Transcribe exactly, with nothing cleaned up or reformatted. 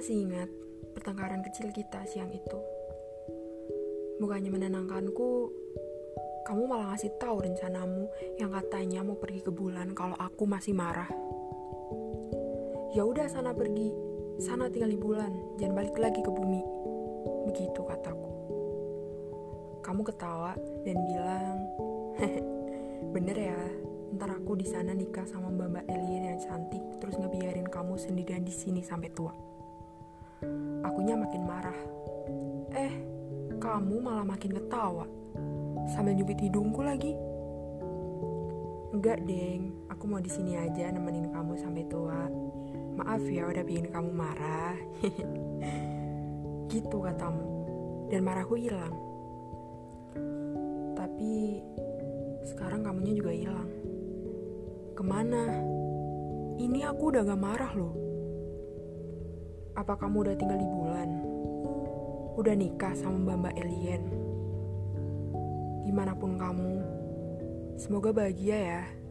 masih ingat pertengkaran kecil kita siang itu. Bukannya menenangkanku, kamu malah ngasih tahu rencanamu yang katanya mau pergi ke bulan kalau aku masih marah. Ya udah sana pergi, sana tinggal di bulan, jangan balik lagi ke bumi. Begitu kataku. Kamu ketawa dan bilang, bener ya, ntar aku di sana nikah sama mbak-mbak alien yang cantik, terus ngebiarin kamu sendirian di sini sampai tua. Akunya makin marah. Eh, kamu malah makin ketawa, sambil nyubit hidungku lagi. Enggak, Deng, aku mau di sini aja nemenin kamu sampai tua. Maaf ya udah bikin kamu marah. Gitu katamu, dan marahku hilang. Tapi sekarang kamunya juga hilang. Kemana? Ini aku udah gak marah loh. Apa kamu udah tinggal di bulan? Udah nikah sama mbak-mbak alien? Gimanapun kamu, semoga bahagia ya.